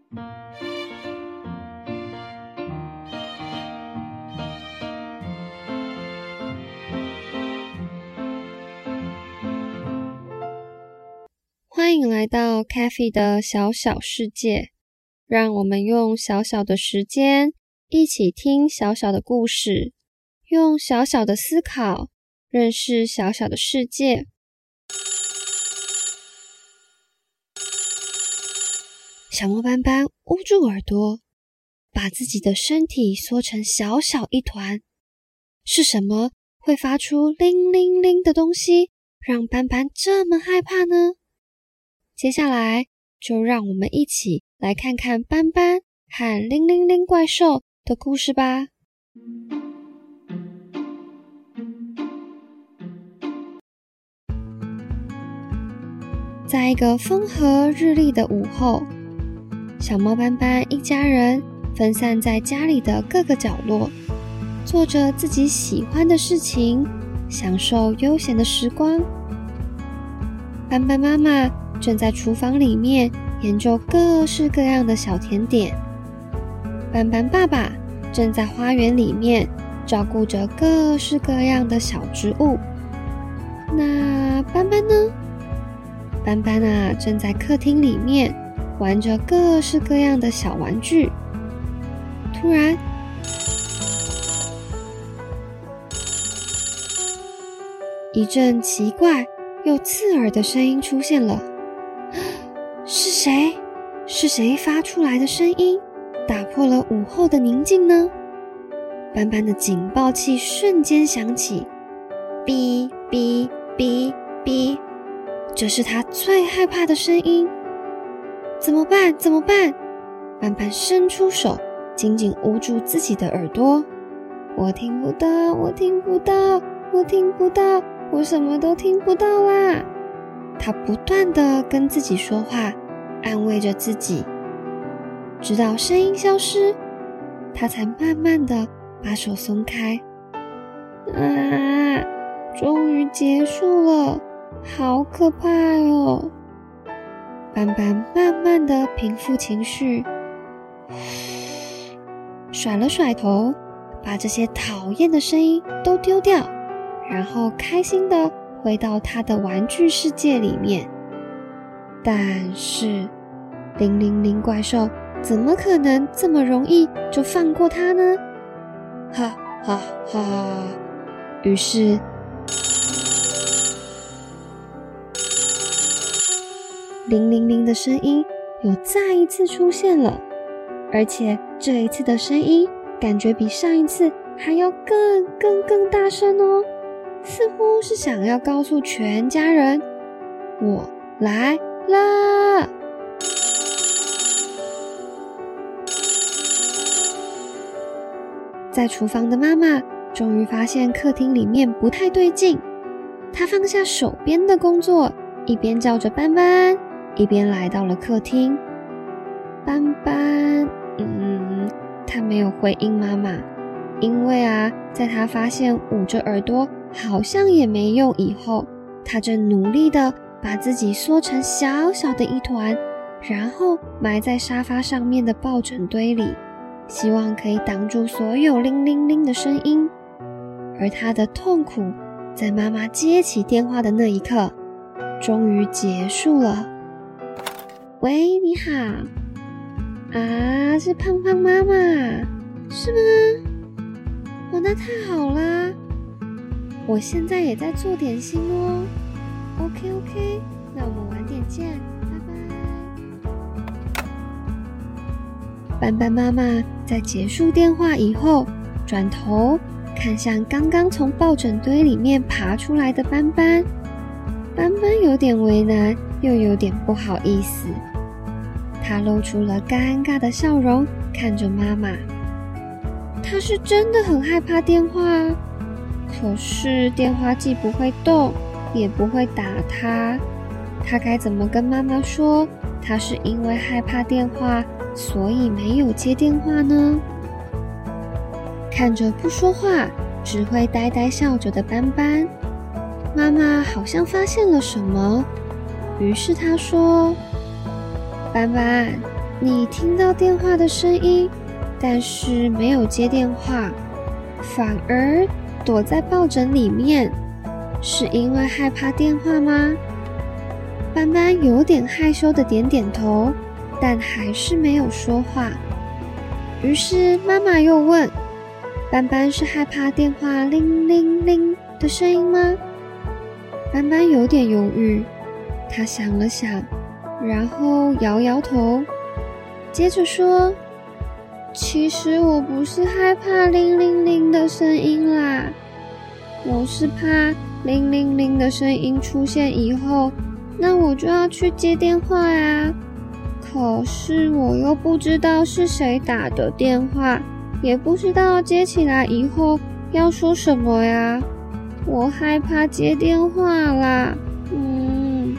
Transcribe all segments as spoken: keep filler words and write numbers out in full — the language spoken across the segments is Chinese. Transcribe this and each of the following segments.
欢迎来到 Kathy 的小小世界，让我们用小小的时间一起听小小的故事，用小小的思考认识小小的世界。小猫斑斑捂住耳朵，把自己的身体缩成小小一团。是什么会发出铃铃铃的东西，让斑斑这么害怕呢？接下来就让我们一起来看看斑斑和铃铃铃怪兽的故事吧。在一个风和日丽的午后，小猫斑斑一家人分散在家里的各个角落，做着自己喜欢的事情，享受悠闲的时光。斑斑妈妈正在厨房里面研究各式各样的小甜点，斑斑爸爸正在花园里面照顾着各式各样的小植物。那斑斑呢？斑斑啊，正在客厅里面玩着各式各样的小玩具。突然，一阵奇怪又刺耳的声音出现了。是谁？是谁发出来的声音，打破了午后的宁静呢？斑斑的警报器瞬间响起，哔哔哔哔，这是他最害怕的声音。怎么办？怎么办？斑斑伸出手，紧紧捂住自己的耳朵。我听不到，我听不到，我听不到，我什么都听不到啦！他不断地跟自己说话，安慰着自己，直到声音消失，他才慢慢地把手松开。啊，终于结束了，好可怕哟！斑斑慢慢地平复情绪，甩了甩头，把这些讨厌的声音都丢掉，然后开心地回到他的玩具世界里面。但是铃铃铃怪兽怎么可能这么容易就放过他呢？哈哈哈！于是铃铃铃的声音又再一次出现了，而且这一次的声音感觉比上一次还要更更更大声哦，似乎是想要告诉全家人，我来啦！在厨房的妈妈终于发现客厅里面不太对劲，她放下手边的工作，一边叫着斑斑，一边来到了客厅。斑斑，嗯，她没有回应妈妈，因为啊，在她发现捂着耳朵好像也没用以后，她正努力地把自己缩成小小的一团，然后埋在沙发上面的抱枕堆里，希望可以挡住所有铃铃铃的声音。而她的痛苦在妈妈接起电话的那一刻终于结束了。喂，你好啊，是胖胖妈妈是吗？哦，那太好啦，我现在也在做点心哦。 OK OK， 那我们晚点见，拜拜。斑斑妈妈在结束电话以后，转头看向刚刚从抱枕堆里面爬出来的斑斑。斑斑有点为难，又有点不好意思，她露出了尴尬的笑容，看着妈妈。她是真的很害怕电话啊，可是电话既不会动，也不会打她，她该怎么跟妈妈说她是因为害怕电话，所以没有接电话呢？看着不说话，只会呆呆笑着的斑斑，妈妈好像发现了什么，于是她说：斑斑， 你听到电话的声音，但是没有接电话，反而躲在抱枕里面，是因为害怕电话吗？斑斑有点害羞的点点头，但还是没有说话。于是妈妈又问，斑斑是害怕电话铃铃铃的声音吗？斑斑有点犹豫，他想了想，然后摇摇头，接着说，其实我不是害怕铃铃铃的声音啦，我是怕铃铃铃的声音出现以后，那我就要去接电话呀。可是我又不知道是谁打的电话，也不知道接起来以后要说什么呀。我害怕接电话啦。嗯，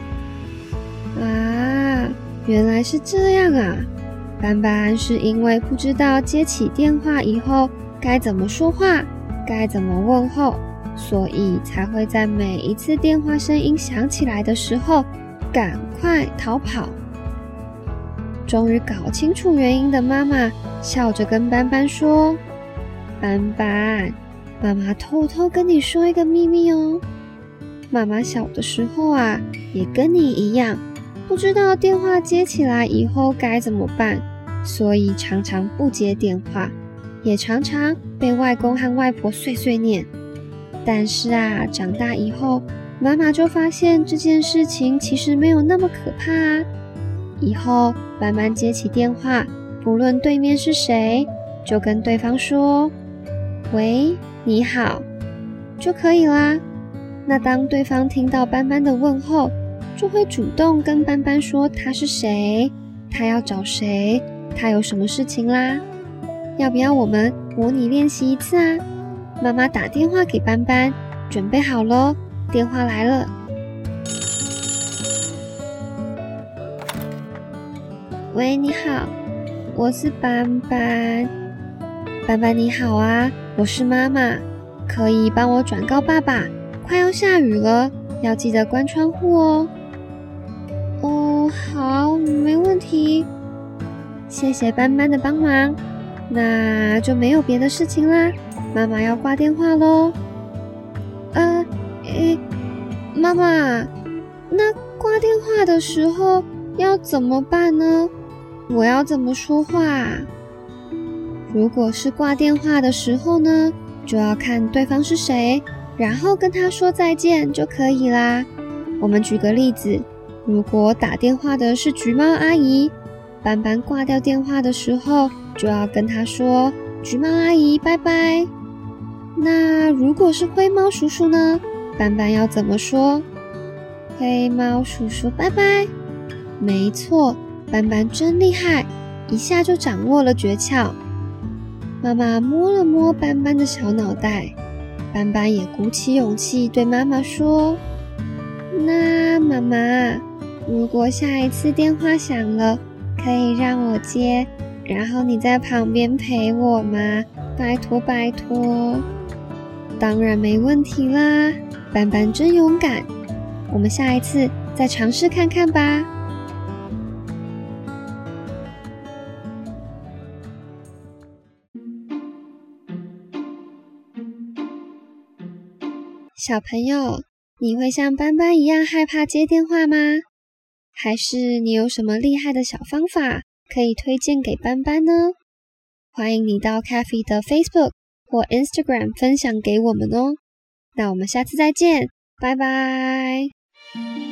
啊，原来是这样啊。斑斑是因为不知道接起电话以后该怎么说话，该怎么问候，所以才会在每一次电话声音响起来的时候赶快逃跑。终于搞清楚原因的妈妈笑着跟斑斑说，斑斑，妈妈偷偷跟你说一个秘密哦。妈妈小的时候啊，也跟你一样，不知道电话接起来以后该怎么办，所以常常不接电话，也常常被外公和外婆碎碎念。但是啊，长大以后，妈妈就发现这件事情其实没有那么可怕啊。以后斑斑接起电话，不论对面是谁，就跟对方说，喂，你好，就可以啦。那当对方听到斑斑的问候，就会主动跟斑斑说他是谁，他要找谁，他有什么事情啦。要不要我们模拟练习一次啊？妈妈打电话给斑斑，准备好咯，电话来了。喂，你好，我是斑斑。斑斑你好啊，我是妈妈，可以帮我转告爸爸，快要下雨了，要记得关窗户哦。哦，好，没问题。谢谢斑斑的帮忙，那就没有别的事情啦，妈妈要挂电话咯。呃，诶，妈妈，那挂电话的时候要怎么办呢？我要怎么说话？如果是挂电话的时候呢，就要看对方是谁，然后跟他说再见就可以啦。我们举个例子，如果打电话的是橘猫阿姨，斑斑挂掉电话的时候，就要跟他说，橘猫阿姨拜拜。那如果是灰猫叔叔呢，斑斑要怎么说？灰猫叔叔拜拜。没错，斑斑真厉害，一下就掌握了诀窍。妈妈摸了摸斑斑的小脑袋，斑斑也鼓起勇气对妈妈说，那妈妈，如果下一次电话响了，可以让我接，然后你在旁边陪我吗？拜托拜托。当然没问题啦，斑斑真勇敢，我们下一次再尝试看看吧。小朋友，你会像斑斑一样害怕接电话吗？还是你有什么厉害的小方法可以推荐给斑斑呢？欢迎你到 Kathy 的 Facebook 或 Instagram 分享给我们哦。那我们下次再见，拜拜。